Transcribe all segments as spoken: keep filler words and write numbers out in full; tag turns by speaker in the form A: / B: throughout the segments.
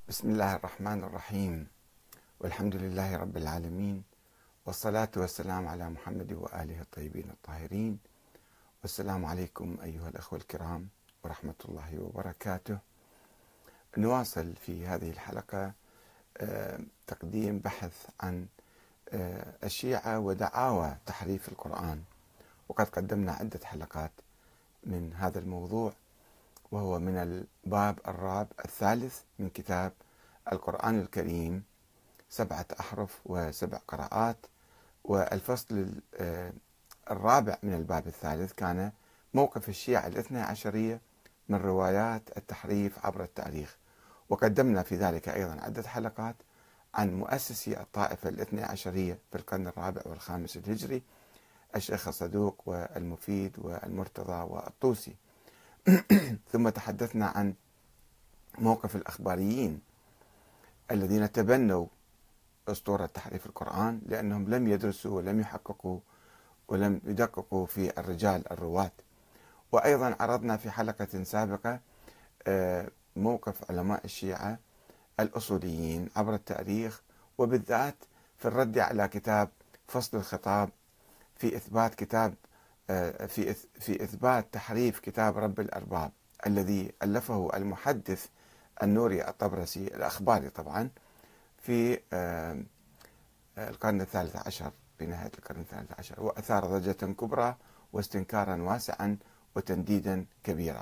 A: بسم الله الرحمن الرحيم، والحمد لله رب العالمين، والصلاة والسلام على محمد وآله الطيبين الطاهرين. والسلام عليكم أيها الأخوة الكرام ورحمة الله وبركاته. نواصل في هذه الحلقة تقديم بحث عن الشيعة ودعاوى تحريف القرآن، وقد قدمنا عدة حلقات من هذا الموضوع، وهو من الباب الرابع الثالث من كتاب القرآن الكريم، سبعة أحرف وسبع قراءات. والفصل الرابع من الباب الثالث كان موقف الشيعة الاثنى عشرية من روايات التحريف عبر التاريخ، وقدمنا في ذلك أيضا عدة حلقات عن مؤسسي الطائفة الاثنى عشرية في القرن الرابع والخامس الهجري، الشيخ الصدوق والمفيد والمرتضى والطوسي. ثم تحدثنا عن موقف الأخباريين الذين تبنوا أسطورة تحريف القرآن لأنهم لم يدرسوا ولم يحققوا ولم يدققوا في الرجال الرواة. وأيضا عرضنا في حلقة سابقة موقف علماء الشيعة الأصوليين عبر التاريخ، وبالذات في الرد على كتاب فصل الخطاب في إثبات كتاب في في إثبات تحريف كتاب رب الأرباب الذي ألفه المحدث النوري الطبرسي الأخباري طبعا في القرن الثالث عشر، في نهاية القرن الثالث عشر، وأثار ضجة كبرى واستنكارا واسعا وتنديدا كبيرا.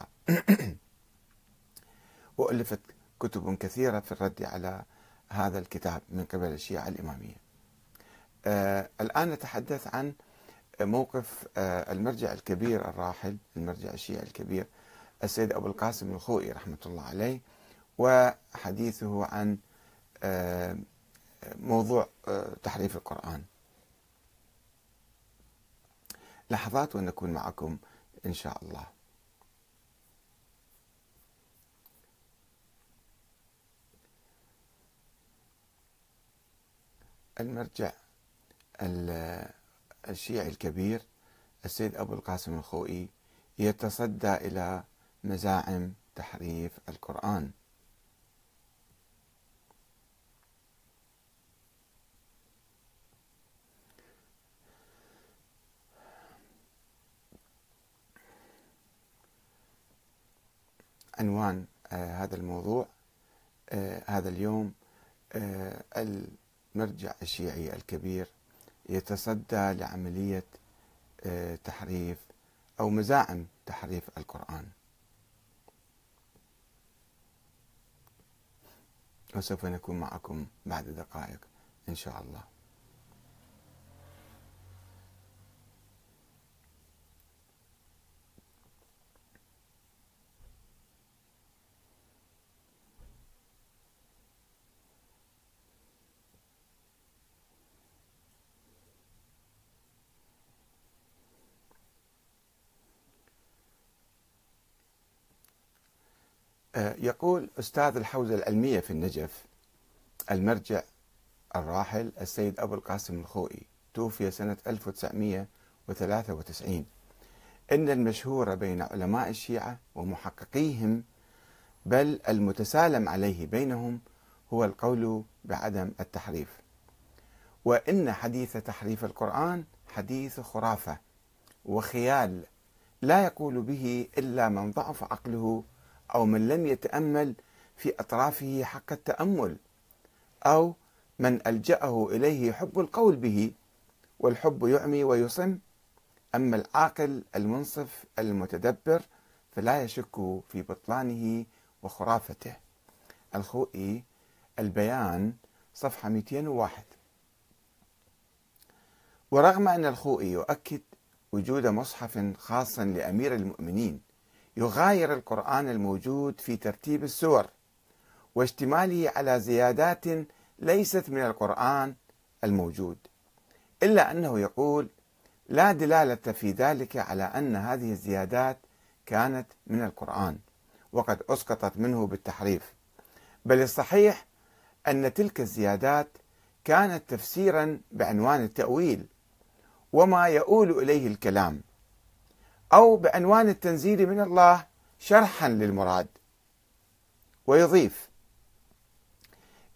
A: وألفت كتب كثيرة في الرد على هذا الكتاب من قبل الشيعة الإمامية. الآن نتحدث عن موقف المرجع الكبير الراحل، المرجع الشيعي الكبير السيد أبو القاسم الخوئي رحمة الله عليه، وحديثه عن موضوع تحريف القرآن. لحظات ونكون معكم إن شاء الله. المرجع الشيعي الكبير السيد أبو القاسم الخوئي يتصدى إلى مزاعم تحريف القرآن. عنوان آه هذا الموضوع آه هذا اليوم آه المرجع الشيعي الكبير يتصدى لعملية آه تحريف أو مزاعم تحريف القرآن، وسوف نكون معكم بعد دقائق إن شاء الله. يقول أستاذ الحوزة العلمية في النجف المرجع الراحل السيد أبو القاسم الخوئي، توفي سنة ألف وتسعمئة وثلاثة وتسعين، إن المشهور بين علماء الشيعة ومحققيهم، بل المتسالم عليه بينهم، هو القول بعدم التحريف، وإن حديث تحريف القرآن حديث خرافة وخيال لا يقول به إلا من ضعف عقله، أو من لم يتأمل في أطرافه حق التأمل، أو من ألجأه إليه حب القول به، والحب يعمي ويصم. أما العاقل المنصف المتدبر فلا يشك في بطلانه وخرافته. الخوئي، البيان، صفحة مئتين وواحد. ورغم أن الخوئي يؤكد وجود مصحف خاص لأمير المؤمنين يغاير القرآن الموجود في ترتيب السور واشتماله على زيادات ليست من القرآن الموجود، إلا أنه يقول لا دلالة في ذلك على أن هذه الزيادات كانت من القرآن وقد أسقطت منه بالتحريف، بل الصحيح أن تلك الزيادات كانت تفسيرا بعنوان التأويل وما يؤول إليه الكلام، أو بعنوان التنزيل من الله شرحا للمراد. ويضيف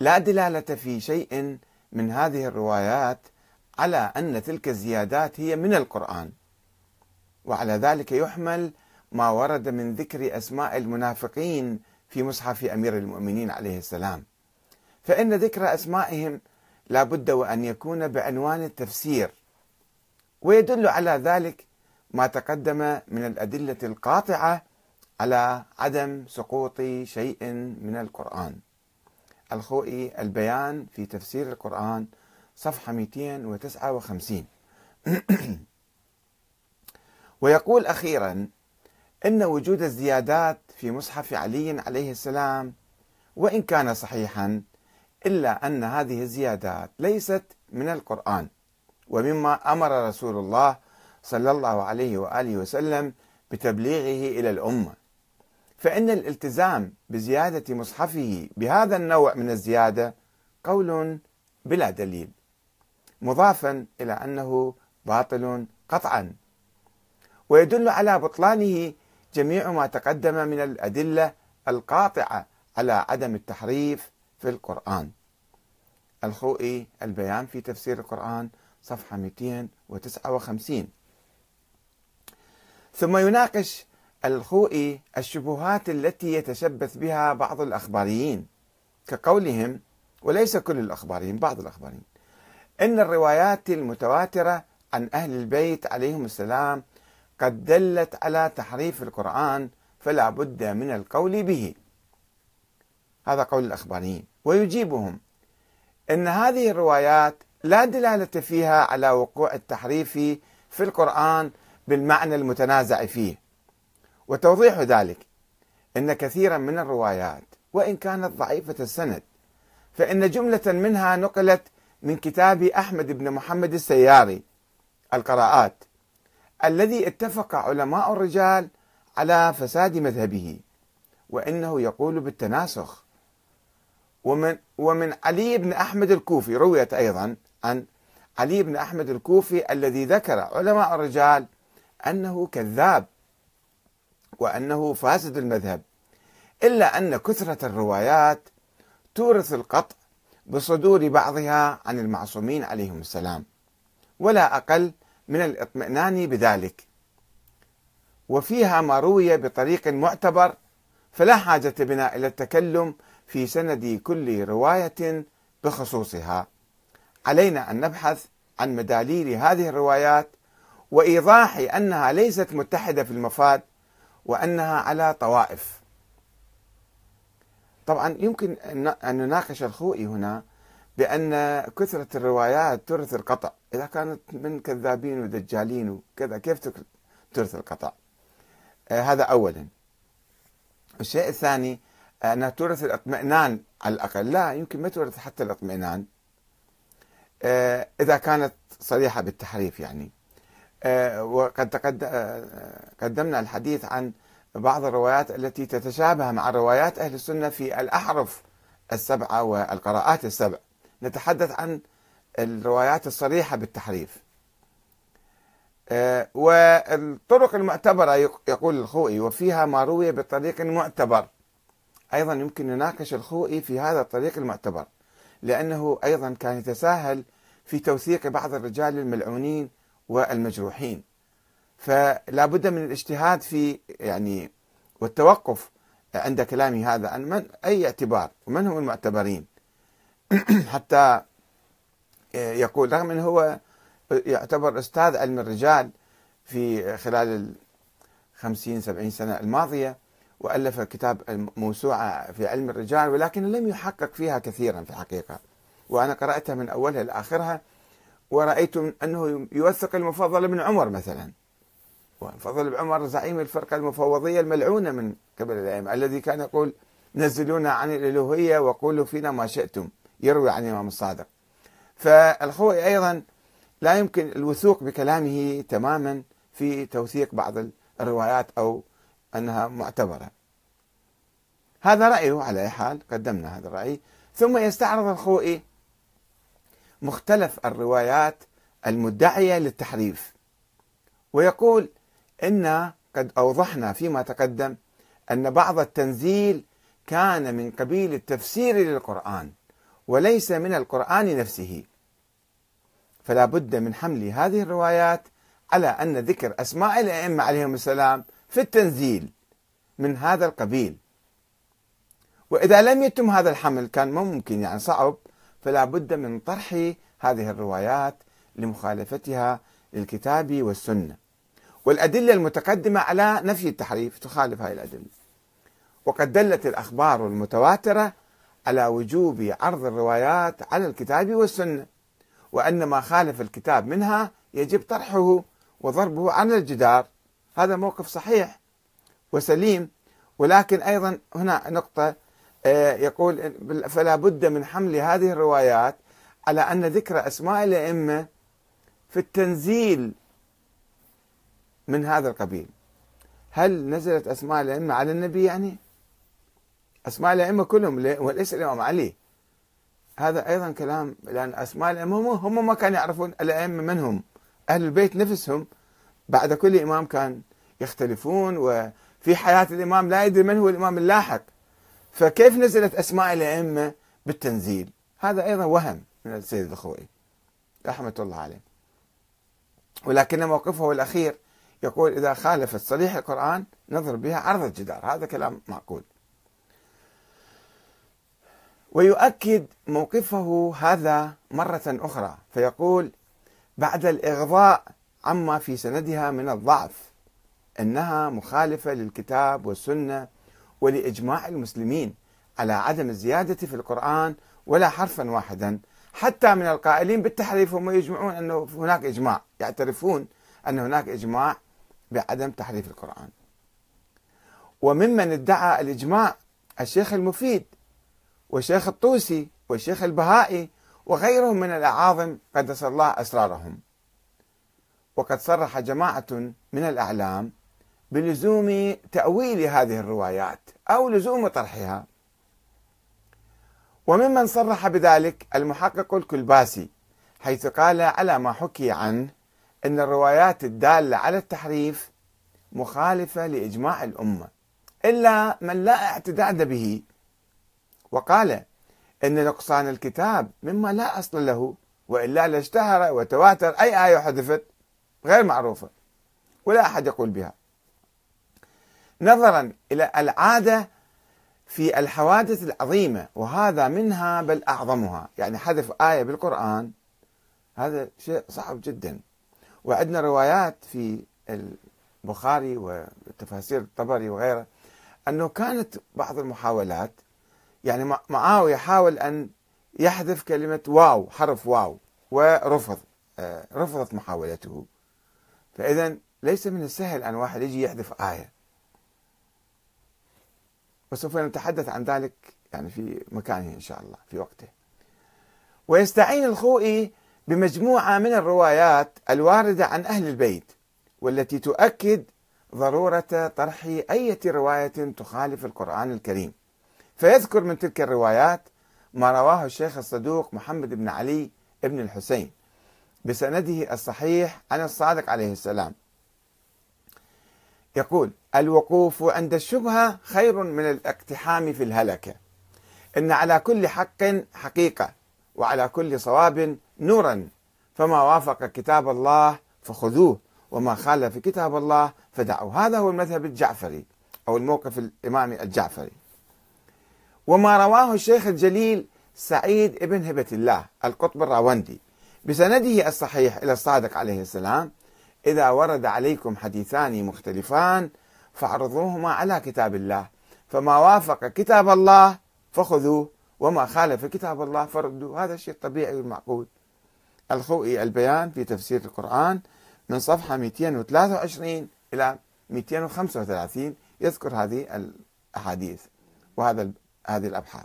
A: لا دلالة في شيء من هذه الروايات على أن تلك الزيادات هي من القرآن، وعلى ذلك يحمل ما ورد من ذكر أسماء المنافقين في مصحف أمير المؤمنين عليه السلام، فإن ذكر أسمائهم لا بد وأن يكون بعنوان التفسير، ويدل على ذلك ما تقدم من الأدلة القاطعة على عدم سقوط شيء من القرآن. الخوئي البيان في تفسير القرآن صفحة مئتين وتسعة وخمسين. ويقول أخيرا إن وجود الزيادات في مصحف علي عليه السلام وإن كان صحيحا إلا أن هذه الزيادات ليست من القرآن، ومما أمر رسول الله صلى الله عليه وآله وسلم بتبليغه إلى الأمة، فإن الالتزام بزيادة مصحفه بهذا النوع من الزيادة قول بلا دليل، مضافا إلى أنه باطل قطعا، ويدل على بطلانه جميع ما تقدم من الأدلة القاطعة على عدم التحريف في القرآن. الخوئي البيان في تفسير القرآن صفحة مئتين وتسعة وخمسين. ثم يناقش الخوئي الشبهات التي يتشبث بها بعض الأخباريين، كقولهم، وليس كل الأخباريين، بعض الأخباريين، إن الروايات المتواترة عن أهل البيت عليهم السلام قد دلت على تحريف القرآن فلا بد من القول به. هذا قول الأخباريين. ويجيبهم إن هذه الروايات لا دلالة فيها على وقوع التحريف في القرآن بالمعنى المتنازع فيه. وتوضيح ذلك إن كثيرا من الروايات وإن كانت ضعيفة السند فإن جملة منها نقلت من كتاب أحمد بن محمد السياري القراءات، الذي اتفق علماء الرجال على فساد مذهبه، وإنه يقول بالتناسخ. ومن ومن علي بن أحمد الكوفي رويت أيضا عن علي بن أحمد الكوفي الذي ذكر علماء الرجال أنه كذاب وأنه فاسد المذهب، إلا أن كثرة الروايات تورث القطع بصدور بعضها عن المعصومين عليهم السلام، ولا أقل من الاطمئنان بذلك، وفيها ما روي بطريق معتبر، فلا حاجة بنا إلى التكلم في سند كل رواية بخصوصها. علينا أن نبحث عن مداليل هذه الروايات وإيضاح أنها ليست متحدة في المفاد، وأنها على طوائف. طبعا يمكن أن نناقش الخوئي هنا بأن كثرة الروايات تورث القطع، إذا كانت من كذابين ودجالين وكذا كيف تورث القطع؟ آه هذا أولا. الشيء الثاني أنها تورث الاطمئنان على الأقل، لا يمكن ما تورث حتى الاطمئنان آه إذا كانت صريحة بالتحريف يعني. آه وقد تقد... آه قدمنا الحديث عن بعض الروايات التي تتشابه مع روايات أهل السنة في الأحرف السبعة والقراءات السبع، نتحدث عن الروايات الصريحة بالتحريف. آه والطرق المعتبرة يقول الخوئي وفيها ما روي بطريق معتبر، أيضا يمكن نناقش الخوئي في هذا الطريق المعتبر، لأنه أيضا كان يتساهل في توثيق بعض الرجال الملعونين والمجروحين، فلا بد من الاجتهاد في يعني والتوقف عند كلامي هذا عن من أي اعتبار ومن هم المعتبرين حتى يقول، رغم أنه هو يعتبر أستاذ علم الرجال في خلال الخمسين سبعين سنة الماضية، وألف كتاب موسوعة في علم الرجال، ولكن لم يحقق فيها كثيرا في الحقيقة، وأنا قرأتها من أولها لآخرها ورأيت أنه يوثق المفضل بن عمر مثلا، والمفضل بن عمر زعيم الفرقة المفوضية الملعونة من قبل الأئمة، الذي كان يقول نزلونا عن الألوهية وقولوا فينا ما شئتم، يروي عن الإمام الصادق. فالخوئي أيضا لا يمكن الوثوق بكلامه تماما في توثيق بعض الروايات أو أنها معتبرة. هذا رأيه على أي حال، قدمنا هذا الرأي. ثم يستعرض الخوئي مختلف الروايات المدعية للتحريف، ويقول إن قد أوضحنا فيما تقدم أن بعض التنزيل كان من قبيل التفسير للقرآن، وليس من القرآن نفسه، فلا بد من حمل هذه الروايات على أن ذكر أسماء الأئمة عليهم السلام في التنزيل من هذا القبيل. وإذا لم يتم هذا الحمل، كان ممكن يعني صعب، فلا بد من طرح هذه الروايات لمخالفتها للكتاب والسنة. والأدلة المتقدمة على نفي التحريف تخالف هذه الأدلة. وقد دلت الأخبار المتواترة على وجوب عرض الروايات على الكتاب والسنة، وأن ما خالف الكتاب منها يجب طرحه وضربه على الجدار. هذا موقف صحيح وسليم. ولكن أيضا هنا نقطة، يقول فلا بد من حمل هذه الروايات على أن ذكر أسماء الأئمة في التنزيل من هذا القبيل. هل نزلت أسماء الأئمة على النبي؟ يعني أسماء الأئمة كلهم وليس الإمام علي. هذا أيضا كلام، لأن أسماء الأئمة هم ما كانوا يعرفون الأئمة من هم. أهل البيت نفسهم بعد كل إمام كان يختلفون، وفي حياة الإمام لا يدري من هو الإمام اللاحق، فكيف نزلت أسماء الأئمة بالتنزيل؟ هذا أيضا وهم من السيد الخوئي رحمة الله عليه. ولكن موقفه الأخير يقول إذا خالفت صريح القرآن نضرب بها عرض الجدار. هذا كلام معقول. ويؤكد موقفه هذا مرة أخرى فيقول بعد الإغضاء عما في سندها من الضعف أنها مخالفة للكتاب والسنة ولإجماع المسلمين على عدم الزيادة في القرآن ولا حرفا واحدا، حتى من القائلين بالتحريف هم يجمعون أنه هناك إجماع، يعترفون أن هناك إجماع بعدم تحريف القرآن. وممن ادعى الإجماع الشيخ المفيد والشيخ الطوسي والشيخ البهائي وغيرهم من الأعاظم قدس الله أسرارهم. وقد صرح جماعة من الأعلام بلزوم تأويل هذه الروايات أو لزوم طرحها. وممن صرح بذلك المحقق الكلباسي، حيث قال على ما حكي عنه أن الروايات الدالة على التحريف مخالفة لإجماع الأمة إلا من لا اعتداد به، وقال أن نقصان الكتاب مما لا أصل له، وإلا لاشتهر وتواتر أي آية حذفت غير معروفة ولا أحد يقول بها، نظرا إلى العادة في الحوادث العظيمة، وهذا منها بل أعظمها. يعني حذف آية بالقرآن هذا شيء صعب جدا. وعندنا روايات في البخاري وتفاسير الطبري وغيره أنه كانت بعض المحاولات، يعني معاوية حاول أن يحذف كلمة واو، حرف واو، ورفض رفضت محاولته. فإذا ليس من السهل أن واحد يجي يحذف آية، وسوف نتحدث عن ذلك يعني في مكانه إن شاء الله في وقته. ويستعين الخوئي بمجموعة من الروايات الواردة عن أهل البيت والتي تؤكد ضرورة طرح أي رواية تخالف القرآن الكريم، فيذكر من تلك الروايات ما رواه الشيخ الصدوق محمد بن علي بن الحسين بسنده الصحيح عن الصادق عليه السلام، يقول: الوقوف عند الشبهة خير من الاقتحام في الهلكة، إن على كل حق حقيقة وعلى كل صواب نورا، فما وافق كتاب الله فخذوه وما خالف كتاب الله فدعوه. هذا هو المذهب الجعفري أو الموقف الإمامي الجعفري. وما رواه الشيخ الجليل سعيد بن هبة الله القطب الراوندي بسنده الصحيح إلى الصادق عليه السلام: إذا ورد عليكم حديثان مختلفان فاعرضوهما على كتاب الله، فما وافق كتاب الله فخذوه وما خالف كتاب الله فردوه. هذا الشيء الطبيعي والمعقول. الخوئي البيان في تفسير القرآن من صفحة مئتين وثلاثة وعشرين إلى مئتين وخمسة وثلاثين يذكر هذه الأحاديث وهذا هذه الأبحاث.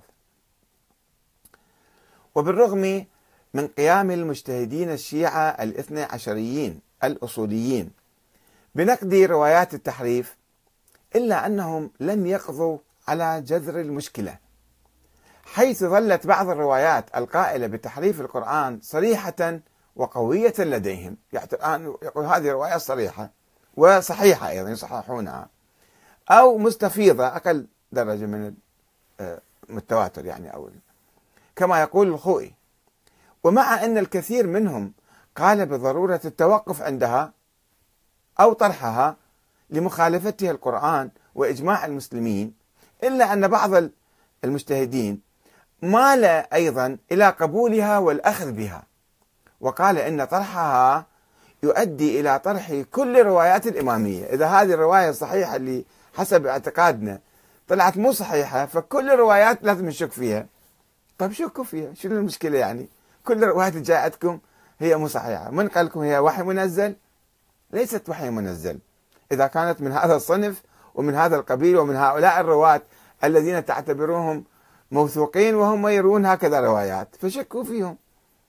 A: وبالرغم من قيام المجتهدين الشيعة الاثني عشريين الأصوليين بنقد روايات التحريف، إلا أنهم لم يقضوا على جذر المشكلة، حيث ظلت بعض الروايات القائلة بتحريف القرآن صريحة وقوية لديهم. يعني الآن يقول هذه رواية صريحة وصحيحة أيضا يصححونها، أو مستفيضة أقل درجة من التواتر يعني أو كما يقول الخوئي. ومع أن الكثير منهم قال بضرورة التوقف عندها أو طرحها لمخالفتها القرآن وإجماع المسلمين، إلا أن بعض المجتهدين مال أيضا إلى قبولها والأخذ بها، وقال إن طرحها يؤدي إلى طرح كل روايات الإمامية. إذا هذه الرواية الصحيحة اللي حسب اعتقادنا طلعت مو صحيحة، فكل الروايات لازم نشك فيها. طيب شكوا فيها، شنو المشكلة يعني؟ كل الروايات اللي جاءتكم هي مو صحيحة، من قال لكم هي وحي منزل؟ ليست وحي منزل. إذا كانت من هذا الصنف ومن هذا القبيل ومن هؤلاء الرواة الذين تعتبروهم موثوقين وهم يروون هكذا روايات، فشكوا فيهم.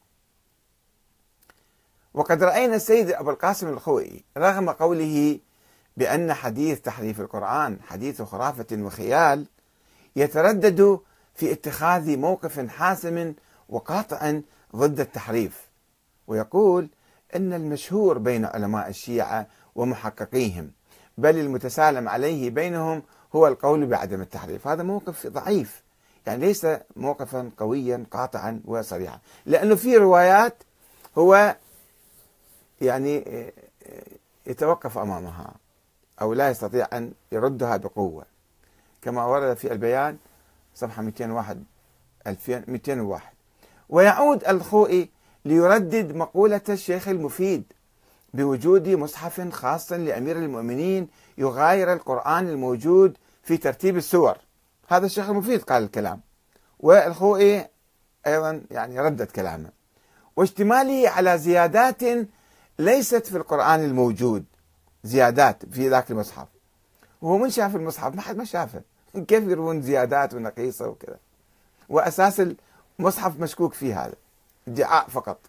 A: وقد رأينا السيد أبو القاسم الخوئي رغم قوله بأن حديث تحريف القرآن حديث خرافة وخيال يتردد في اتخاذ موقف حاسم وقاطع ضد التحريف، ويقول إن المشهور بين علماء الشيعة ومحققيهم بل المتسالم عليه بينهم هو القول بعدم التحريف. هذا موقف ضعيف، يعني ليس موقفا قويا قاطعا وصريحا، لأنه في روايات هو يعني يتوقف أمامها أو لا يستطيع أن يردها بقوة، كما ورد في البيان صفحة مئتين وواحد مئتين وواحد. ويعود الخوئي ليردد مقولة الشيخ المفيد بوجود مصحف خاص لأمير المؤمنين يغاير القرآن الموجود في ترتيب السور. هذا الشيخ المفيد قال الكلام، والخوئي أيضا يعني ردد كلامه، واشتماله على زيادات ليست في القرآن الموجود، زيادات في ذاك المصحف. وهو من شاف المصحف؟ ما حد ما شافه، كيف يروون زيادات ونقيصة وكذا؟ وأساس المصحف مشكوك فيه، هذا ادعاء فقط.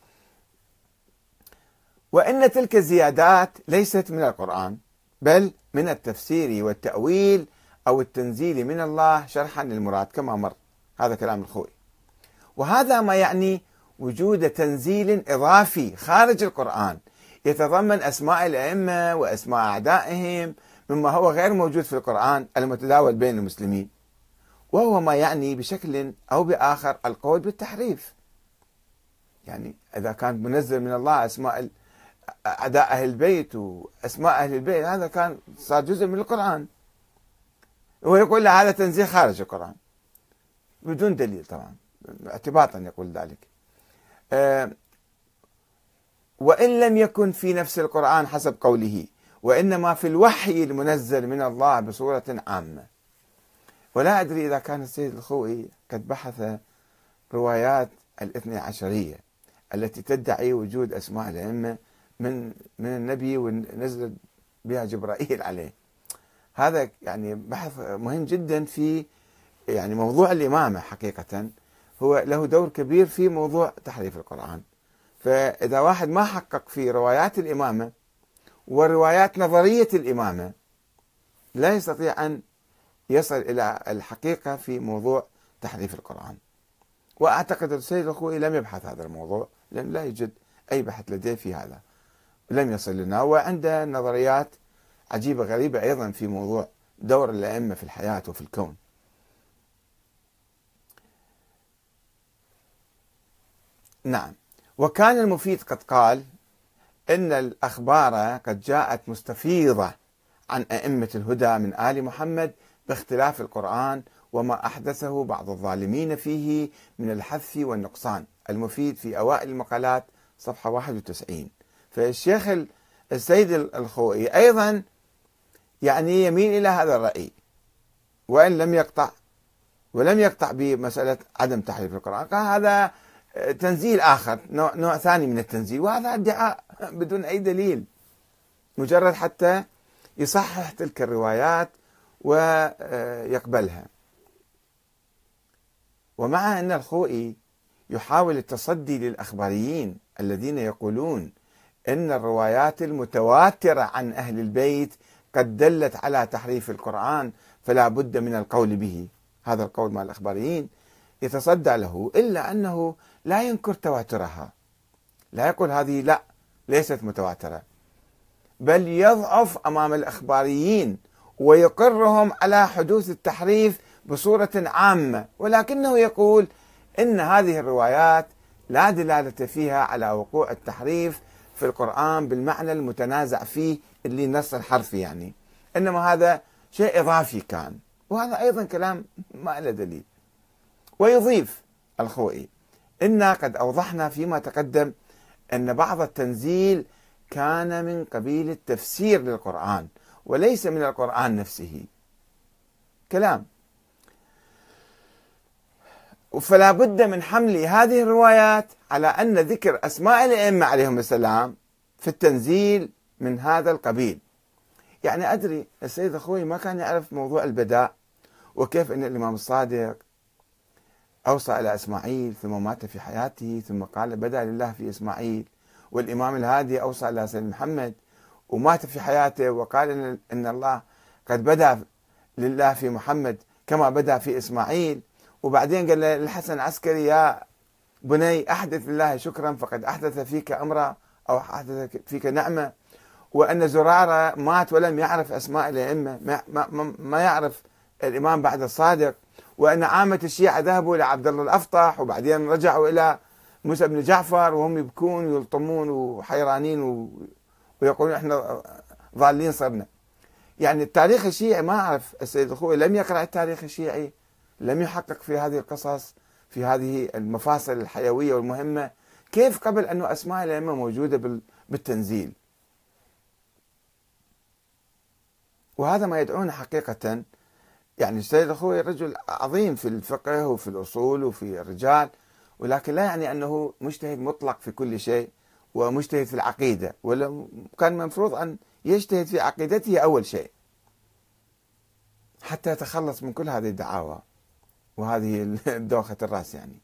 A: وإن تلك الزيادات ليست من القرآن بل من التفسير والتأويل أو التنزيل من الله شرحا للمراد كما مر. هذا كلام الخوئي. وهذا ما يعني وجود تنزيل إضافي خارج القرآن يتضمن أسماء الأئمة وأسماء أعدائهم مما هو غير موجود في القرآن المتداول بين المسلمين، وهو ما يعني بشكل أو بآخر القول بالتحريف. يعني إذا كان منزل من الله أسماء أعداء أهل البيت وأسماء أهل البيت، هذا كان صار جزء من القرآن، ويقول له هذا تنزيل خارج القرآن بدون دليل طبعا، اعتباطا يقول ذلك. أه وإن لم يكن في نفس القرآن حسب قوله، وإنما في الوحي المنزل من الله بصورة عامة. ولا أدري إذا كان السيد الخوئي قد بحث روايات الاثني عشرية التي تدعي وجود أسماء الأئمة من من النبي ونزل بها جبرائيل عليه. هذا يعني بحث مهم جدا في يعني موضوع الإمامة، حقيقة هو له دور كبير في موضوع تحريف القرآن. فإذا واحد ما حقق في روايات الإمامة وروايات نظرية الإمامة لا يستطيع أن يصل إلى الحقيقة في موضوع تحريف القرآن. وأعتقد السيد الخوئي لم يبحث هذا الموضوع، لأن لا يوجد أي بحث لديه في هذا، لم يصل لنا. وعنده نظريات عجيبة غريبة أيضا في موضوع دور الأئمة في الحياة وفي الكون. نعم. وكان المفيد قد قال إن الأخبار قد جاءت مستفيضة عن أئمة الهدى من آل محمد باختلاف القرآن وما أحدثه بعض الظالمين فيه من الحذف والنقصان. المفيد في أوائل المقالات صفحة واحد وتسعين. فالشيخ السيد الخوئي أيضا يعني يميل إلى هذا الرأي، وإن لم يقطع ولم يقطع بمسألة عدم تحريف القرآن، قال هذا تنزيل آخر، نوع, نوع ثاني من التنزيل، وهذا ادعاء بدون أي دليل، مجرد حتى يصحح تلك الروايات ويقبلها. ومع أن الخوئي يحاول التصدي للأخباريين الذين يقولون إن الروايات المتواترة عن أهل البيت قد دلت على تحريف القرآن فلا بد من القول به، هذا القول مع الأخباريين يتصدى له، إلا أنه لا ينكر تواترها، لا يقول هذه لا ليست متواترة، بل يضعف أمام الأخباريين ويقرهم على حدوث التحريف بصورة عامة، ولكنه يقول إن هذه الروايات لا دلالة فيها على وقوع التحريف في القرآن بالمعنى المتنازع فيه اللي نص الحرفي يعني، إنما هذا شيء إضافي كان، وهذا أيضا كلام ما له دليل. ويضيف الخوئي: إنا قد أوضحنا فيما تقدم أن بعض التنزيل كان من قبيل التفسير للقرآن وليس من القرآن نفسه. كلام. فلا بد من حمل هذه الروايات على أن ذكر أسماء الأئمة عليهم السلام في التنزيل من هذا القبيل. يعني أدري السيد الخوئي ما كان يعرف موضوع البداء، وكيف أن الإمام الصادق أوصى إلى إسماعيل ثم مات في حياته ثم قال بدأ لله في إسماعيل، والإمام الهادي أوصى إلى سيدنا محمد ومات في حياته وقال إن, إن الله قد بدأ لله في محمد كما بدأ في إسماعيل. وبعدين قال للحسن العسكري: يا بني أحدث لله شكرا فقد أحدث فيك أمرا أو أحدث فيك نعمة. وأن زرارة مات ولم يعرف أسماء الأئمة، ما, ما, ما يعرف الإمام بعد الصادق. وأن عامة الشيعة ذهبوا إلى عبد الله الأفطح وبعدين رجعوا إلى موسى بن جعفر وهم يبكون ويلطمون وحيرانين ويقولون إحنا ضالين صرنا. يعني التاريخ الشيعي ما أعرف السيد الخوئي لم يقرأ التاريخ الشيعي، لم يحقق في هذه القصص، في هذه المفاصل الحيوية والمهمة. كيف قبل أنه أسماء الأئمة موجودة بالتنزيل؟ وهذا ما يدعونا حقيقة. يعني السيد الخوئي رجل عظيم في الفقه وفي الأصول وفي الرجال، ولكن لا يعني أنه مجتهد مطلق في كل شيء ومجتهد في العقيدة، ولا كان المفروض أن يجتهد في عقيدته أول شيء حتى يتخلص من كل هذه الدعاوى وهذه دوخة الرأس يعني.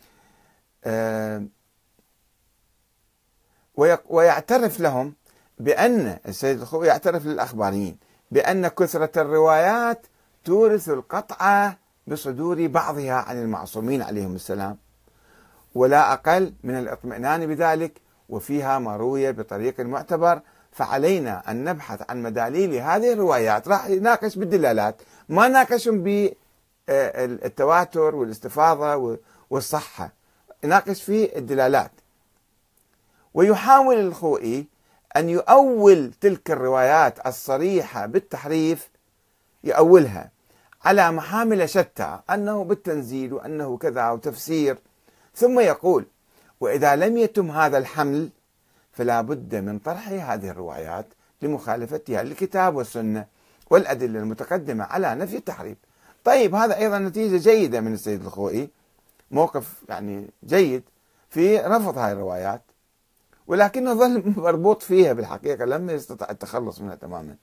A: ويعترف لهم بأن السيد الخوئي يعترف للأخباريين بأن كثرة الروايات تورث القطع بصدور بعضها عن المعصومين عليهم السلام، ولا أقل من الاطمئنان بذلك، وفيها ما روي بطريق معتبر، فعلينا أن نبحث عن مداليل هذه الروايات. راح يناقش بالدلالات، ما ناقشهم بالتواتر والاستفاضة والصحة، يناقش في الدلالات. ويحاول الخوئي أن يؤول تلك الروايات الصريحة بالتحريف، يؤولها على محامل شتى، أنه بالتنزيل وأنه كذا وتفسير، ثم يقول: وإذا لم يتم هذا الحمل فلا بد من طرح هذه الروايات لمخالفتها للكتاب والسنة والأدلة المتقدمة على نفي التحريف. طيب، هذا أيضا نتيجة جيدة من السيد الخوئي، موقف يعني جيد في رفض هذه الروايات، ولكنه ظل مربوط فيها بالحقيقة، لم يستطع التخلص منها تماما.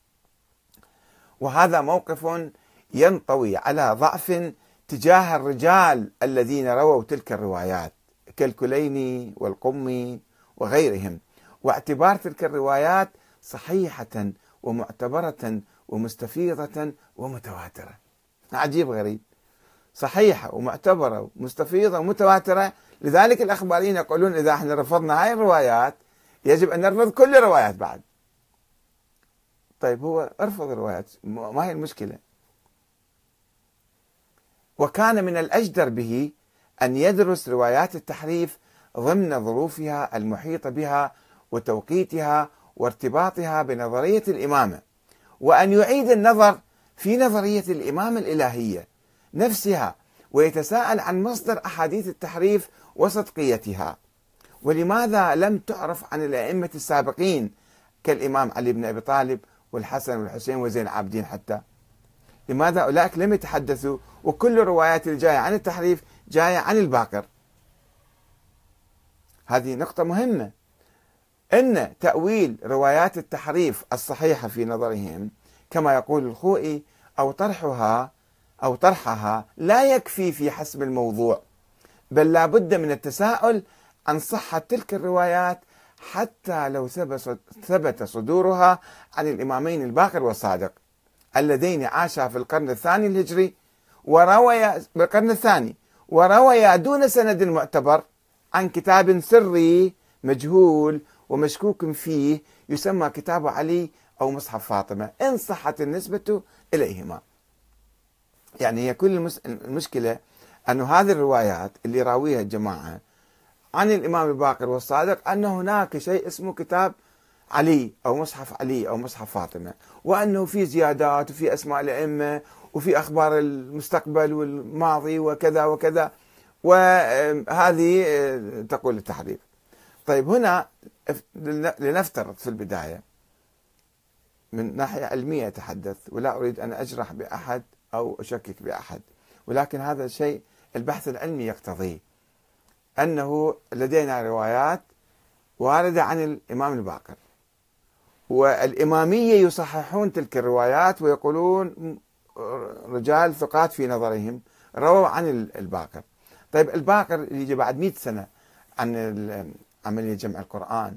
A: وهذا موقف ينطوي على ضعف تجاه الرجال الذين رووا تلك الروايات كالكليني والقمي وغيرهم، واعتبار تلك الروايات صحيحة ومعتبرة ومستفيضة ومتواترة. عجيب غريب، صحيحة ومعتبرة ومستفيضة ومتواترة. لذلك الأخباريين يقولون إذا احنا رفضنا هاي الروايات يجب أن نرفض كل الروايات بعد. طيب، هو ارفض الروايات، ما هي المشكلة؟ وكان من الأجدر به أن يدرس روايات التحريف ضمن ظروفها المحيطة بها وتوقيتها وارتباطها بنظرية الإمامة، وأن يعيد النظر في نظرية الإمامة الإلهية نفسها، ويتساءل عن مصدر أحاديث التحريف وصدقيتها. ولماذا لم تعرف عن الأئمة السابقين كالإمام علي بن أبي طالب والحسن والحسين وزين العابدين حتى؟ لماذا أولئك لم يتحدثوا وكل الروايات الجاية عن التحريف جاية عن الباقر؟ هذه نقطة مهمة، أن تأويل روايات التحريف الصحيحة في نظرهم كما يقول الخوئي أو طرحها أو طرحها لا يكفي في حسم الموضوع، بل لا بد من التساؤل عن صحة تلك الروايات حتى لو ثبت صدورها عن الإمامين الباقر والصادق اللذين عاشا في القرن الثاني الهجري ورويا بالقرن الثاني ورويا دون سند معتبر عن كتاب سري مجهول ومشكوك فيه يسمى كتاب علي أو مصحف فاطمة، إن صحت النسبة إليهما. يعني هي كل المشكلة أن هذه الروايات اللي راويها الجماعة عن الإمام الباقر والصادق أن هناك شيء اسمه كتاب علي أو مصحف علي أو مصحف فاطمة، وأنه في زيادات وفي أسماء الأئمة وفي أخبار المستقبل والماضي وكذا وكذا، وهذه تقول التحريف. طيب هنا لنفترض في البداية من ناحية علمية أتحدث، ولا أريد أن أجرح بأحد أو أشكك بأحد، ولكن هذا الشيء البحث العلمي يقتضيه، أنه لدينا روايات واردة عن الإمام الباقر، والإمامية يصححون تلك الروايات ويقولون رجال ثقات في نظرهم رووا عن الباقر. طيب الباقر يجي بعد مئة سنة عن عملية جمع القرآن.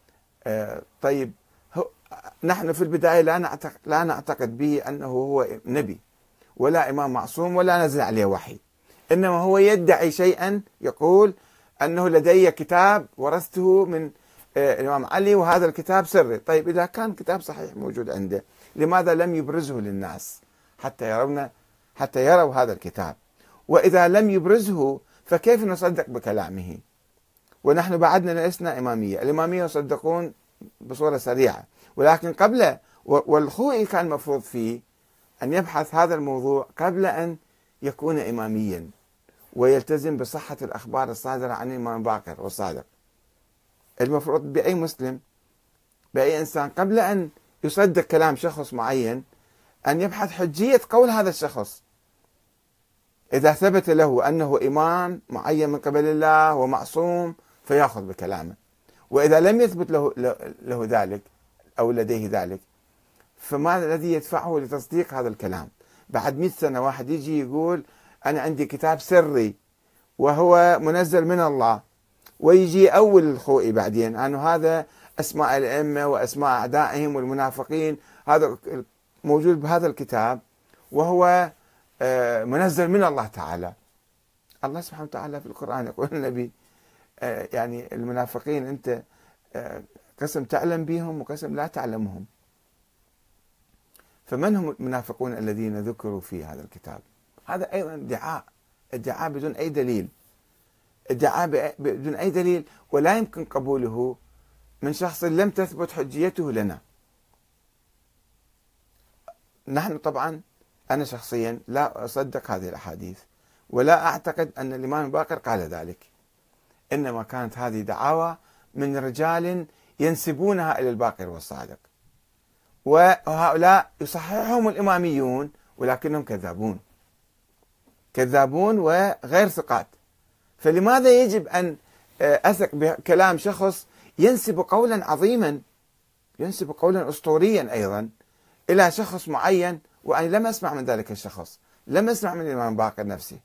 A: طيب نحن في البداية لا نعتقد, لا نعتقد به أنه هو نبي ولا إمام معصوم ولا نزل عليه وحي، إنما هو يدعي شيئا، يقول أنه لدي كتاب ورثته من الإمام علي وهذا الكتاب سري. طيب إذا كان كتاب صحيح موجود عنده، لماذا لم يبرزه للناس حتى يرون حتى يروا هذا الكتاب؟ وإذا لم يبرزه فكيف نصدق بكلامه؟ ونحن بعدنا لسنا إمامية، الإمامية يصدقون بصورة سريعة، ولكن قبل، والخوئي كان المفروض فيه أن يبحث هذا الموضوع قبل أن يكون إماميا ويلتزم بصحة الأخبار الصادرة عن الإمام باقر والصادق. المفروض بأي مسلم، بأي إنسان، قبل أن يصدق كلام شخص معين أن يبحث حجية قول هذا الشخص. إذا ثبت له أنه إمام معين من قبل الله ومعصوم فيأخذ بكلامه، وإذا لم يثبت له, له ذلك أو لديه ذلك فما الذي يدفعه لتصديق هذا الكلام؟ بعد مئة سنة واحد يجي يقول أنا عندي كتاب سري وهو منزل من الله، ويجي أول الخوئي بعدين أنه هذا أسماء الأئمة وأسماء أعدائهم والمنافقين هذا موجود بهذا الكتاب وهو منزل من الله تعالى. الله سبحانه وتعالى في القرآن يقول النبي يعني المنافقين أنت قسم تعلم بهم وقسم لا تعلمهم. فمن هم المنافقون الذين ذكروا في هذا الكتاب؟ هذا أيضا ادعاء، ادعاء بدون أي دليل، ادعاء بدون أي دليل، ولا يمكن قبوله من شخص لم تثبت حجيته لنا. نحن طبعا أنا شخصيا لا أصدق هذه الأحاديث ولا أعتقد أن الإمام الباقر قال ذلك، إنما كانت هذه دعاوى من رجال ينسبونها إلى الباقر والصادق، وهؤلاء يصححهم الإماميون ولكنهم كذابون كذابون وغير ثقات. فلماذا يجب أن أثق بكلام شخص ينسب قولا عظيما، ينسب قولا أسطوريا أيضا إلى شخص معين، وأنا لم أسمع من ذلك الشخص، لم أسمع من الإمام باقر نفسه.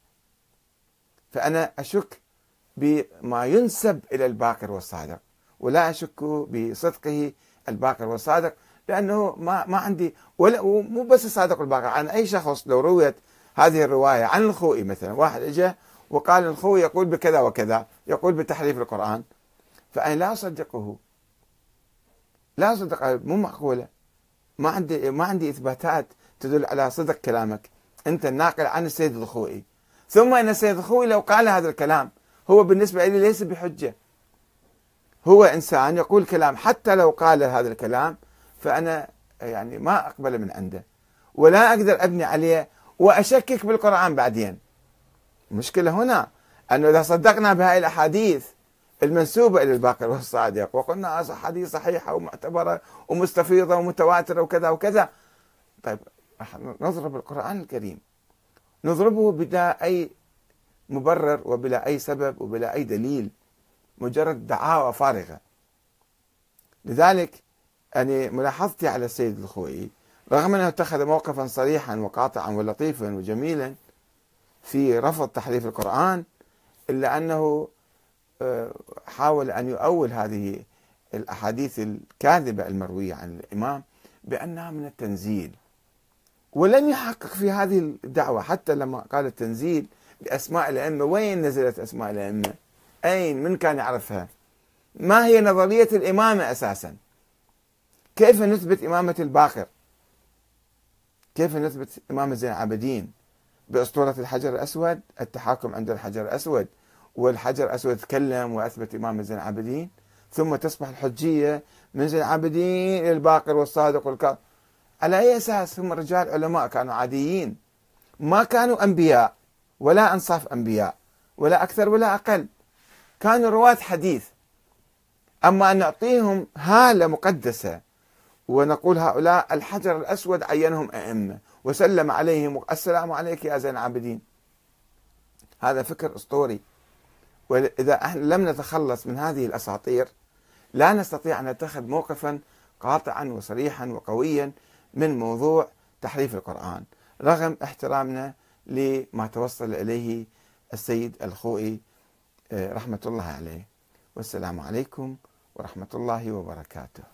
A: فأنا أشك بما ينسب إلى الباقر والصادق ولا أشك بصدقه الباقر والصادق، لأنه ما ما عندي، ولا مو بس الصادق والباقر، عن أي شخص لو رويت هذه الرواية عن الخوئي مثلا، واحد اجى وقال الخوئي يقول بكذا وكذا، يقول بتحريف القرآن، فأنا لا أصدقه، لا أصدقه، مو معقولة. ما عندي ما عندي إثباتات تدل على صدق كلامك أنت الناقل عن السيد الخوئي. ثم أن السيد الخوئي لو قال هذا الكلام هو بالنسبة لي ليس بحجة، هو إنسان يقول كلام، حتى لو قال هذا الكلام فأنا يعني ما أقبله من عنده ولا أقدر أبني عليه وأشكك بالقرآن بعدين. المشكلة هنا أنه إذا صدقنا بهذه الأحاديث المنسوبة إلى الباقر والصادق وقلنا أحاديث صحيحة ومعتبرة ومستفيضة ومتواترة وكذا وكذا، طيب نضرب القرآن الكريم، نضربه بلا أي مبرر وبلا أي سبب وبلا أي دليل، مجرد دعاوى فارغة. لذلك أنا ملاحظتي على السيد الخوئي رغم أنه اتخذ موقفا صريحا وقاطعا ولطيفا وجميلا في رفض تحريف القرآن، إلا أنه حاول أن يؤول هذه الأحاديث الكاذبة المروية عن الإمام بأنها من التنزيل، ولم يحقق في هذه الدعوة. حتى لما قال التنزيل بأسماء الأئمة، وين نزلت أسماء الأئمة؟ أين؟ من كان يعرفها؟ ما هي نظرية الإمامة أساسا؟ كيف نثبت إمامة الباقر؟ كيف نثبت إمامة زين العابدين بأسطورة الحجر الأسود، التحاكم عند الحجر الأسود، والحجر الأسود تكلم وأثبت إمام زين العابدين، ثم تصبح الحجية من زين العابدين إلى الباقر والصادق والكاظم. على أي أساس؟ هم رجال علماء كانوا عاديين، ما كانوا أنبياء ولا أنصاف أنبياء ولا أكثر ولا أقل، كانوا رواة حديث. أما أن نعطيهم هالة مقدسة ونقول هؤلاء الحجر الأسود عينهم أئمة وسلم عليهم السلام عليك يا زين العابدين، هذا فكر أسطوري. وإذا احنا لم نتخلص من هذه الأساطير لا نستطيع أن نتخذ موقفا قاطعا وصريحا وقويا من موضوع تحريف القرآن، رغم احترامنا لما توصل إليه السيد الخوئي رحمة الله عليه. والسلام عليكم ورحمة الله وبركاته.